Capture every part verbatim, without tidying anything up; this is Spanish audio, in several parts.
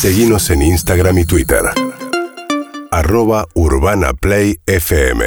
Seguinos en Instagram y Twitter. Arroba Urbana Play F M.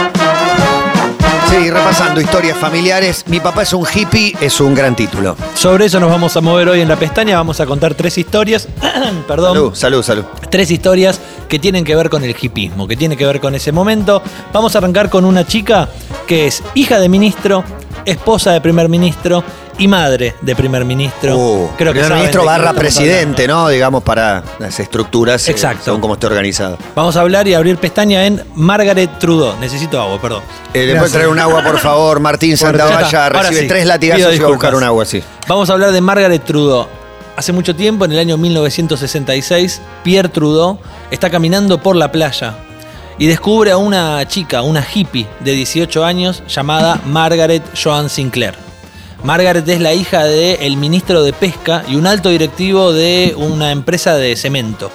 Sí, repasando historias familiares. Mi papá es un hippie, es un gran título. Sobre eso nos vamos a mover hoy en la pestaña. Vamos a contar tres historias. Perdón. Salud, salud, salud. Tres historias que tienen que ver con el hippismo, que tienen que ver con ese momento. Vamos a arrancar con una chica que es hija de ministro, esposa de primer ministro y madre de primer ministro. Uh, Creo que primer saben ministro de qué barra estamos presidente, hablando. ¿no? Digamos, para las estructuras. Exacto. Eh, según cómo esté organizado. Vamos a hablar y abrir pestaña en Margaret Trudeau. Necesito agua, perdón. Eh, ¿Le puede traer un agua, por favor? Martín Santavalla Ahora recibe sí. tres Pido latigazos y va a disculpas. buscar un agua, sí. Vamos a hablar de Margaret Trudeau. Hace mucho tiempo, en el año mil novecientos sesenta y seis, Pierre Trudeau está caminando por la playa y descubre a una chica, una hippie de dieciocho años llamada Margaret Joan Sinclair. Margaret es la hija del ministro de Pesca y un alto directivo de una empresa de cemento.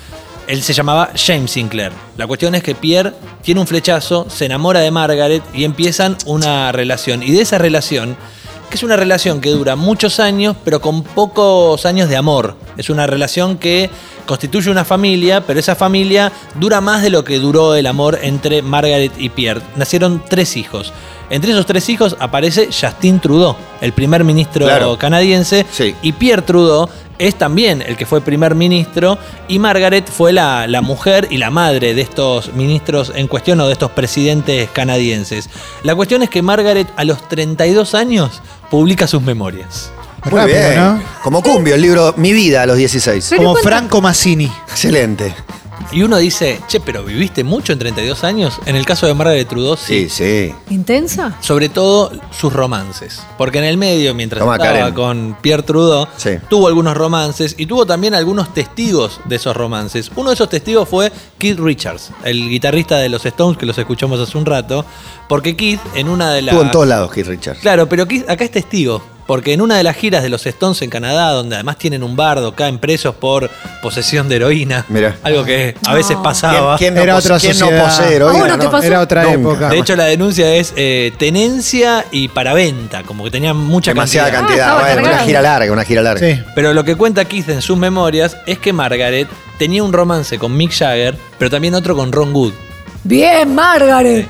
Él se llamaba James Sinclair. La cuestión es que Pierre tiene un flechazo, se enamora de Margaret y empiezan una relación. Y de esa relación, que es una relación que dura muchos años, pero con pocos años de amor. Es una relación que constituye una familia, pero esa familia dura más de lo que duró el amor entre Margaret y Pierre. Nacieron tres hijos. Entre esos tres hijos aparece Justin Trudeau, el primer ministro Claro. canadiense, Sí. y Pierre Trudeau es también el que fue primer ministro, y Margaret fue la, la mujer y la madre de estos ministros en cuestión o de estos presidentes canadienses. La cuestión es que Margaret a los treinta y dos años publica sus memorias. Muy Rápido, bien. ¿no? Como Cumbio, el libro Mi vida a los dieciséis. Pero Como cuenta- Franco Mazzini. Excelente. Y uno dice, che, pero ¿viviste mucho en treinta y dos años? En el caso de Margaret Trudeau, sí. Sí, sí. ¿Intensa? Sobre todo sus romances. Porque en el medio, mientras Toma, estaba Karen. con Pierre Trudeau, Sí. tuvo algunos romances y tuvo también algunos testigos de esos romances. Uno de esos testigos fue Keith Richards, el guitarrista de los Stones, que los escuchamos hace un rato. Porque Keith, en una de las... Estuvo en todos lados, Keith Richards. Claro, pero Keith acá es testigo. Porque en una de las giras de los Stones en Canadá, donde además tienen un bardo, caen presos por posesión de heroína. Mirá. Algo que a veces No. pasaba. ¿Quién, quién no, Era pose- otra quién no sociedad. posee heroína, Ah, bueno, ¿te no? pasó? Era otra Nunca. época. De hecho, la denuncia es eh, tenencia y paraventa, como que tenían mucha Demasiada cantidad. cantidad. Ah, estaba bueno, una cargado. gira larga, una gira larga. Sí. Pero lo que cuenta Keith en sus memorias es que Margaret tenía un romance con Mick Jagger, pero también otro con Ron Wood. Bien, Margaret.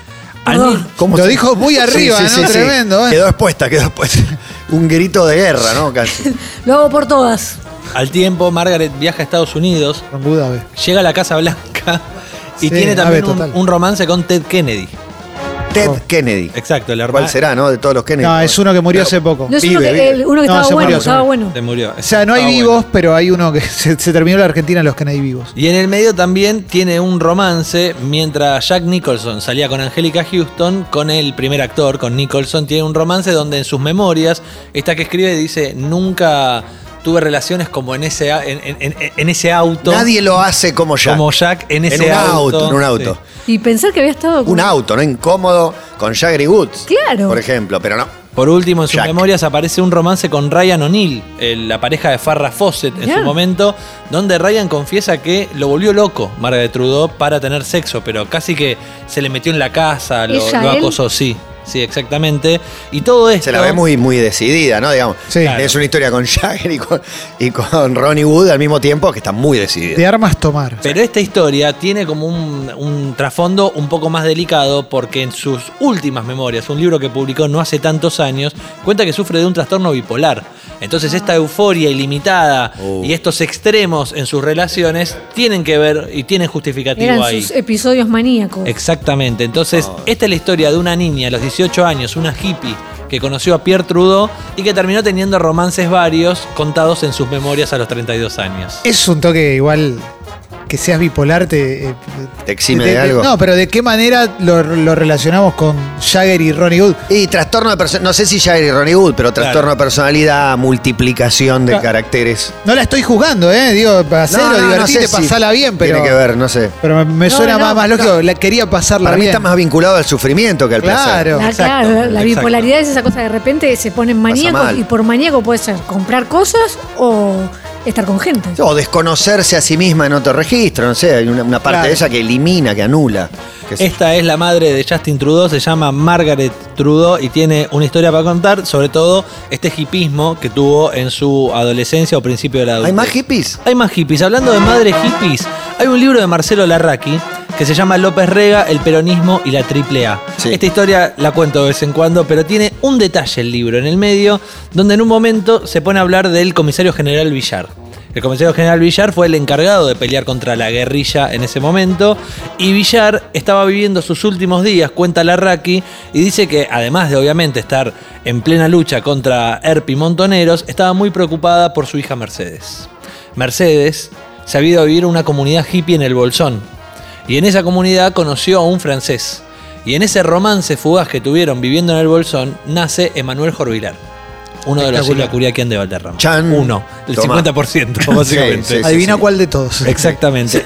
Al Perdón. mi- ¿Cómo Lo se- dijo muy arriba, ¿no? Tremendo, ¿eh? Quedó expuesta, quedó expuesta. Un grito de guerra, ¿no? Casi. Lo hago por todas. Al tiempo, Margaret viaja a Estados Unidos, Con Buda, ve. llega a la Casa Blanca y Sí, tiene también ave un, total. un romance con Ted Kennedy. Ted Oh. Kennedy. Exacto, el hermano. ¿Cuál será, no? De todos los Kennedy. No, es uno que murió hace poco. No es Vive, uno que, vive. el- uno que No, estaba se bueno, murió, se estaba murió. bueno. Se murió. O sea, no hay vivos, pero hay uno que se, se terminó la Argentina los Kennedy vivos. Y en el medio también tiene un romance, mientras Jack Nicholson salía con Angélica Houston, con el primer actor, con Nicholson, tiene un romance donde en sus memorias, esta que escribe dice, nunca tuve relaciones como en ese, a- en, en- en- en ese auto. Nadie lo hace como Jack. Como Jack en ese un auto. auto. En un auto. Sí. Y pensar que había estado con... Un auto, ¿no? Incómodo con Jagger y Woods. Claro. Por ejemplo, pero no. Por último, en sus Jack. memorias aparece un romance con Ryan O'Neill, el- la pareja de Farrah Fawcett en Mirá. su momento, donde Ryan confiesa que lo volvió loco Margaret Trudeau para tener sexo, pero casi que se le metió en la casa, lo, ¿Ella, lo él? acosó, sí. Sí, exactamente. Y todo esto... Se la ve muy, muy decidida, ¿no? Digamos. Sí. Claro. Es una historia con Jagger y con, y con Ronnie Wood al mismo tiempo que está muy decidida. De armas tomar. Pero esta historia tiene como un, un trasfondo un poco más delicado porque en sus últimas memorias, un libro que publicó no hace tantos años, cuenta que sufre de un trastorno bipolar. Entonces esta euforia ilimitada Uh. y estos extremos en sus relaciones tienen que ver y tienen justificativo Eran ahí. sus episodios maníacos. Exactamente. Entonces, esta es la historia de una niña a los dieciocho años, una hippie, que conoció a Pierre Trudeau y que terminó teniendo romances varios contados en sus memorias a los treinta y dos años. Es un toque igual que seas bipolar te... eh, ¿Te exime de algo? No, pero ¿de qué manera lo, lo relacionamos con Jagger y Ronnie Wood? Y trastorno de personalidad, no sé si Jagger y Ronnie Wood, pero trastorno Claro. de personalidad, multiplicación de Claro. caracteres. No la estoy juzgando, ¿eh? Digo, hacerlo, No, no, no divertirte, sé si pasala bien, pero... Tiene que ver, no sé. Pero me, me No, suena no, más, más no. lógico, la quería pasarla Para mí bien. está más vinculado al sufrimiento que al placer. Claro. La, Exacto, claro, la exacto. bipolaridad es esa cosa que de repente se ponen maníacos mal. y por maníaco puede ser comprar cosas o estar con gente. O desconocerse a sí misma en otro registro, no sé, hay una, una parte Claro. de esa que elimina, que anula. qué sé yo. Esta es la madre de Justin Trudeau, se llama Margaret Trudeau y tiene una historia para contar, sobre todo este hipismo que tuvo en su adolescencia o principio de la adultez. ¿Hay más hippies? Hay más hippies. Hablando de madres hippies, hay un libro de Marcelo Larraqui que se llama López Rega, el peronismo y la triple A. Sí. Esta historia la cuento de vez en cuando, pero tiene un detalle el libro en el medio, donde en un momento se pone a hablar del comisario general Villar. El comisario general Villar fue el encargado de pelear contra la guerrilla en ese momento, y Villar estaba viviendo sus últimos días, cuenta Larraqui, y dice que además de obviamente estar en plena lucha contra E R P y Montoneros, estaba muy preocupada por su hija Mercedes. Mercedes se había ido a vivir a una comunidad hippie en el Bolsón, y en esa comunidad conoció a un francés. Y en ese romance fugaz que tuvieron viviendo en el Bolsón, nace Emanuel Jorvilar, uno de los Silvia Curiaquian de Valderrama. Chan. Uno, el Toma. cincuenta por ciento, básicamente. Sí, sí, sí. Adivina cuál de todos. Exactamente.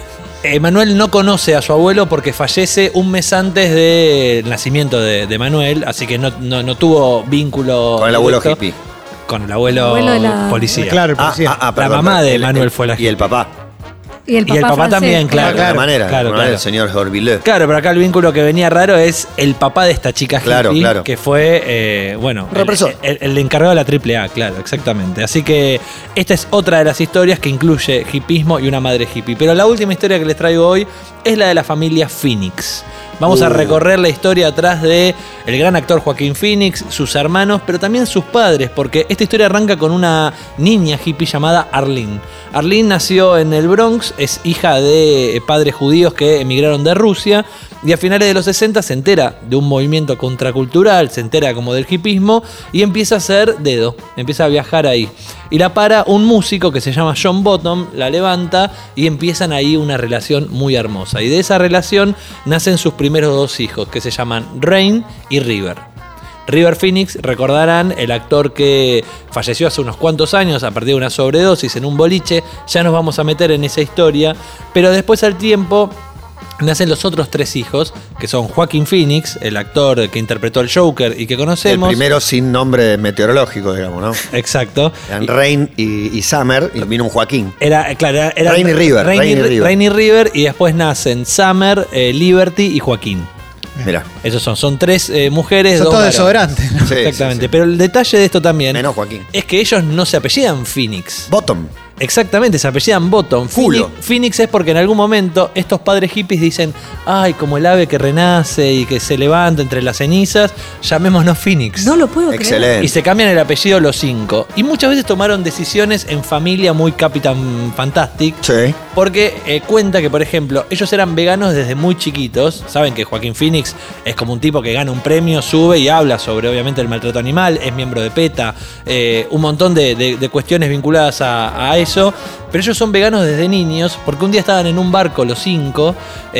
Emanuel no conoce a su abuelo porque fallece un mes antes del nacimiento de, de Manuel, así que no, no, no tuvo vínculo Con el abuelo directo hippie. con el abuelo, abuelo de la- policía. Claro, el Ah, policía. ah, ah, perdón, La mamá perdón. de El- Manuel el- fue la Y el papá. Y el papá, Y el papá francés, también, claro. De alguna manera. claro, de alguna manera, claro. El señor Jorvileux. Claro, pero acá el vínculo que venía raro es el papá de esta chica hippie, Claro, claro. que fue, eh, bueno, el, Represor. el- el encargado de la triple A, claro, exactamente. Así que esta es otra de las historias que incluye hipismo y una madre hippie. Pero la última historia que les traigo hoy es la de la familia Phoenix. Vamos a Uh. recorrer la historia atrás de el gran actor Joaquín Phoenix, sus hermanos, pero también sus padres, porque esta historia arranca con una niña hippie llamada Arlene. Arlene nació en el Bronx, es hija de padres judíos que emigraron de Rusia, y a finales de los sesenta se entera de un movimiento contracultural, se entera como del hipismo y empieza a hacer dedo, empieza a viajar ahí. Y la para un músico que se llama John Bottom, la levanta y empiezan ahí una relación muy hermosa. Y de esa relación nacen sus primeros dos hijos, que se llaman Rain y River. River Phoenix, recordarán, el actor que falleció hace unos cuantos años a partir de una sobredosis en un boliche. Ya nos vamos a meter en esa historia, pero después al tiempo nacen los otros tres hijos, que son Joaquín Phoenix, el actor que interpretó al Joker y que El conocemos. primero sin nombre meteorológico, digamos, ¿no? Exacto. Eran Rain y, y Summer, y vino un Joaquín. Era, claro, era, era Rain y River, Rain y, Rain y River. Rain y River, y después nacen Summer, eh, Liberty y Joaquín. Mirá. Esos son, son tres eh, mujeres, Son dos todos varones. desodorantes, ¿no? Sí, Exactamente. sí, sí. Pero el detalle de esto también Menos Joaquín. es que ellos no se apellidan Phoenix. Bottom. Exactamente, se apellidan Bottom. Culo. Phoenix, Phoenix es porque en algún momento estos padres hippies dicen, ay, como el ave que renace y que se levanta entre las cenizas, llamémonos Phoenix. No lo puedo creer. Excelente. Y se cambian el apellido los cinco. Y muchas veces tomaron decisiones en familia muy Captain Fantastic. Sí. Porque eh, cuenta que, por ejemplo, ellos eran veganos desde muy chiquitos. Saben que Joaquín Phoenix es como un tipo que gana un premio, sube y habla sobre, obviamente, el maltrato animal, es miembro de PETA, eh, un montón de, de- de cuestiones vinculadas a, a eso. Pero ellos son veganos desde niños porque un día estaban en un barco los cinco,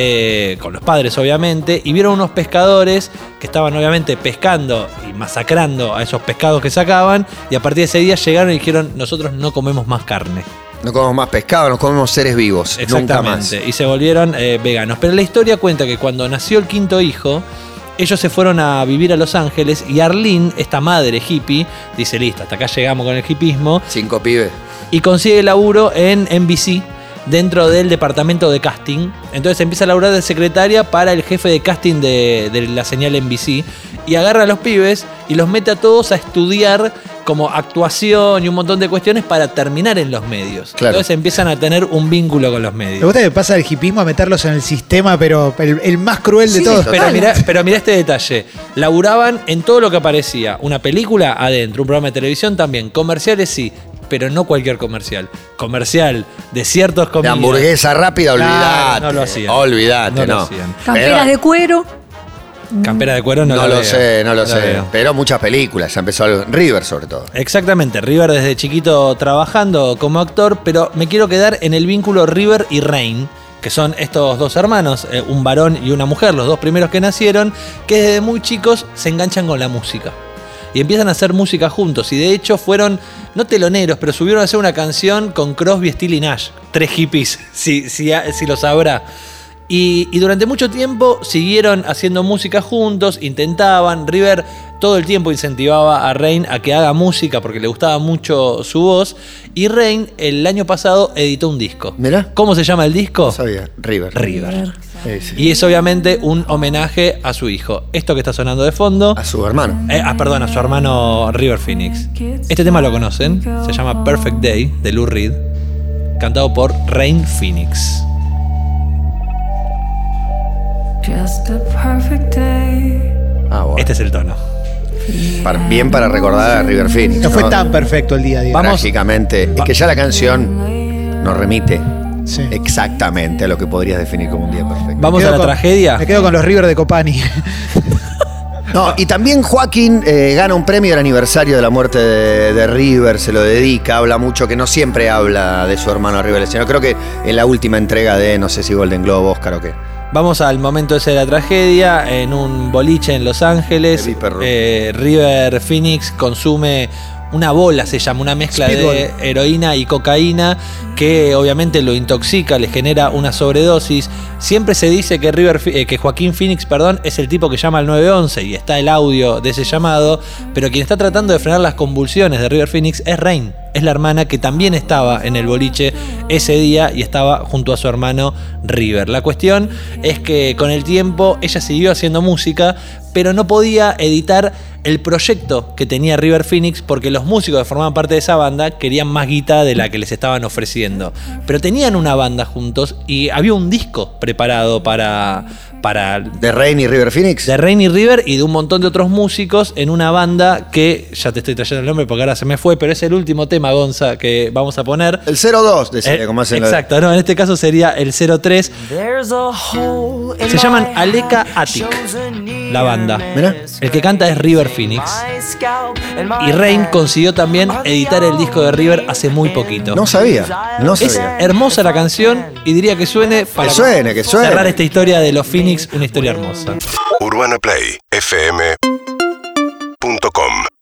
eh, con los padres obviamente, y vieron unos pescadores que estaban obviamente pescando y masacrando a esos pescados que sacaban, y a partir de ese día llegaron y dijeron, nosotros no comemos más carne. No comemos más pescado, no comemos seres vivos. Nunca más. Exactamente, y se volvieron eh, veganos. Pero la historia cuenta que cuando nació el quinto hijo, ellos se fueron a vivir a Los Ángeles y Arlene, esta madre hippie, dice, listo, hasta acá llegamos con el hippismo, Cinco pibes. y consigue laburo en N B C dentro del departamento de casting. Entonces empieza a laburar de secretaria para el jefe de casting de, de la señal N B C, y agarra a los pibes y los mete a todos a estudiar como actuación y un montón de cuestiones para terminar en los medios. Claro. Entonces empiezan a tener un vínculo con los Me medios. gusta que pasa del hipismo a meterlos en el sistema, pero el, el más cruel de Sí, todos. Pero mirá, pero mirá este detalle. Laburaban en todo lo que aparecía. Una película adentro, un programa de televisión también. Comerciales sí, pero no cualquier comercial. Comercial de ciertos De comidas. hamburguesa rápida, Claro, olvidate. no lo hacían. Olvidate, No no. lo hacían. Camperas de cuero. Campera de cuero no, No, la lo veo. sé, no lo la sé. veo. Pero muchas películas. Ya empezó algo. River, sobre todo. Exactamente, River desde chiquito trabajando como actor, pero me quiero quedar en el vínculo River y Rain, que son estos dos hermanos, eh, un varón y una mujer, los dos primeros que nacieron, que desde muy chicos se enganchan con la música. Y empiezan a hacer música juntos. Y de hecho fueron, no teloneros, pero subieron a hacer una canción con Crosby, Stills y Nash. Tres hippies, si, si, si lo sabrá. Y, y durante mucho tiempo siguieron haciendo música juntos, intentaban. River todo el tiempo incentivaba a Rain a que haga música porque le gustaba mucho su voz. Y Rain el año pasado editó un disco. Mirá. ¿Cómo se llama el disco? No sabía. River. River. Sí, sí. Y es obviamente un homenaje a su hijo. Esto que está sonando de fondo. A su hermano. Eh, ah, perdón, a su hermano River Phoenix. Este tema lo conocen. Se llama Perfect Day, de Lou Reed. Cantado por Rain Phoenix. Just a perfect day. Ah, bueno. Este es el tono. Para- bien para recordar a River Phoenix. No fue tan perfecto el día, Diego. Vamos. Trágicamente. Es que ya la canción nos remite Sí. exactamente a lo que podrías definir como un día perfecto. Vamos Me a quedo la con- tragedia. Me quedo con los River de Copani. No, y también Joaquín eh, gana un premio al aniversario de la muerte de, de River, se lo dedica, habla mucho, que no siempre habla de su hermano River, sino creo que en la última entrega de, no sé si Golden Globe, Oscar o qué. Vamos al momento ese de la tragedia. En un boliche en Los Ángeles, Te vi, perro. eh, River Phoenix consume una bola, se llama, una mezcla Speedball. de heroína y cocaína que obviamente lo intoxica, le genera una sobredosis. Siempre se dice que, River, Ph- eh, que Joaquín Phoenix, perdón, es el tipo que llama al nueve once y está el audio de ese llamado, pero quien está tratando de frenar las convulsiones de River Phoenix es Rain, es la hermana que también estaba en el boliche ese día y estaba junto a su hermano River. La cuestión es que con el tiempo ella siguió haciendo música, pero no podía editar el proyecto que tenía River Phoenix porque los músicos que formaban parte de esa banda querían más guita de la que les estaban ofreciendo. Pero tenían una banda juntos y había un disco preparado para, para ¿De Rain y River Phoenix? de Rain y River y de un montón de otros músicos en una banda que ya te estoy trayendo el nombre porque ahora se me fue, pero es el último tema, Gonza, que vamos a poner. El cero dos, decía, Eh, como hacen los- exacto, no, en este caso sería el cero tres. Se llaman Aleka Attic, la banda. Mirá. El que canta es River Phoenix. Y Rain consiguió también editar el disco de River hace muy poquito. No sabía, no Es sabía. hermosa la canción y diría que suene para Que suene, que suene. cerrar esta historia de los Phoenix, una historia hermosa. urbana play f m punto com